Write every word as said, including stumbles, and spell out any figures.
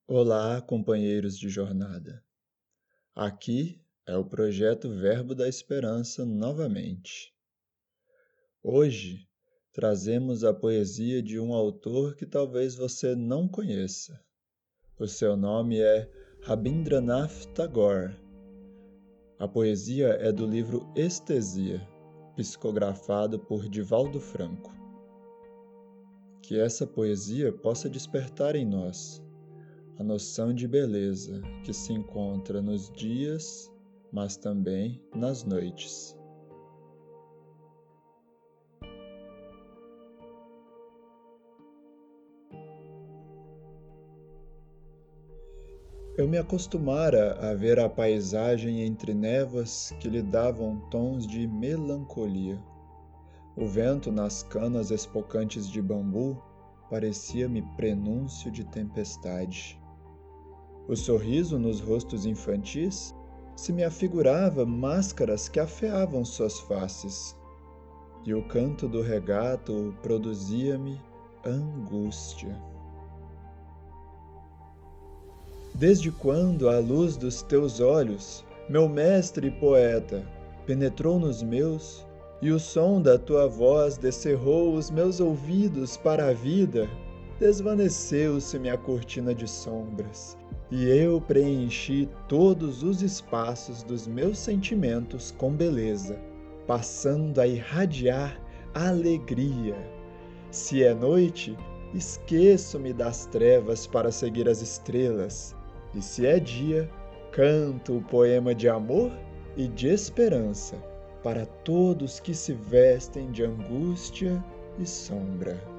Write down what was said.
Olá, companheiros de jornada. Aqui é o projeto Verbo da Esperança novamente. Hoje trazemos a poesia de um autor que talvez você não conheça. O seu nome é Rabindranath Tagore. A poesia é do livro Estesia, psicografado por Divaldo Franco. Que essa poesia possa despertar em nós a noção de beleza que se encontra nos dias, mas também nas noites. Eu me acostumara a ver a paisagem entre névoas que lhe davam tons de melancolia. O vento nas canas espocantes de bambu parecia-me prenúncio de tempestade. O sorriso nos rostos infantis se me afigurava máscaras que afeavam suas faces, e o canto do regato produzia-me angústia. Desde quando a luz dos teus olhos, meu mestre e poeta, penetrou nos meus, e o som da tua voz descerrou os meus ouvidos para a vida, desvaneceu-se-me a cortina de sombras, e eu preenchi todos os espaços dos meus sentimentos com beleza, passando a irradiar alegria. Se é noite, esqueço-me das trevas para seguir as estrelas, e se é dia, canto o poema de amor e de esperança para todos que se vestem de angústia e sombra.